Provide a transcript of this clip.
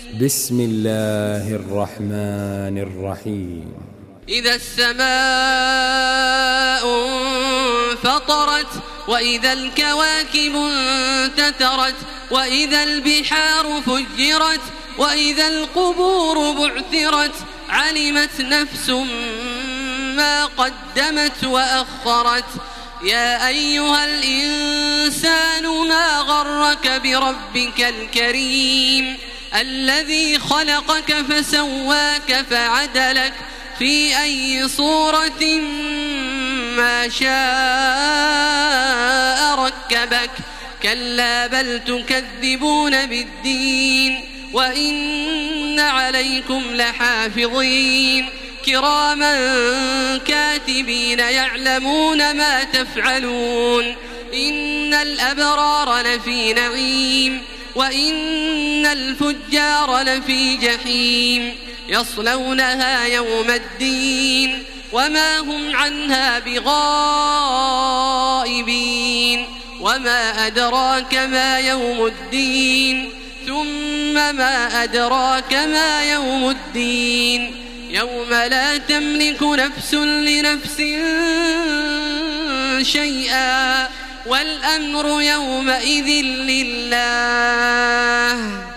بسم الله الرحمن الرحيم. إذا السماء انفطرت وإذا الكواكب انتثرت وإذا البحار فجرت وإذا القبور بعثرت علمت نفس ما قدمت وأخرت. يا أيها الإنسان ما غرك بربك الكريم الذي خلقك فسواك فعدلك في أي صورة ما شاء ركبك. كلا بل تكذبون بالدين وإن عليكم لحافظين كراما كاتبين يعلمون ما تفعلون. إن الأبرار لفي نعيم وإن الفجار لفي جحيم يصلونها يوم الدين وما هم عنها بغائبين. وما أدراك ما يوم الدين ثم ما أدراك ما يوم الدين يوم لا تملك نفس لنفس شيئا والأمر يومئذ لله.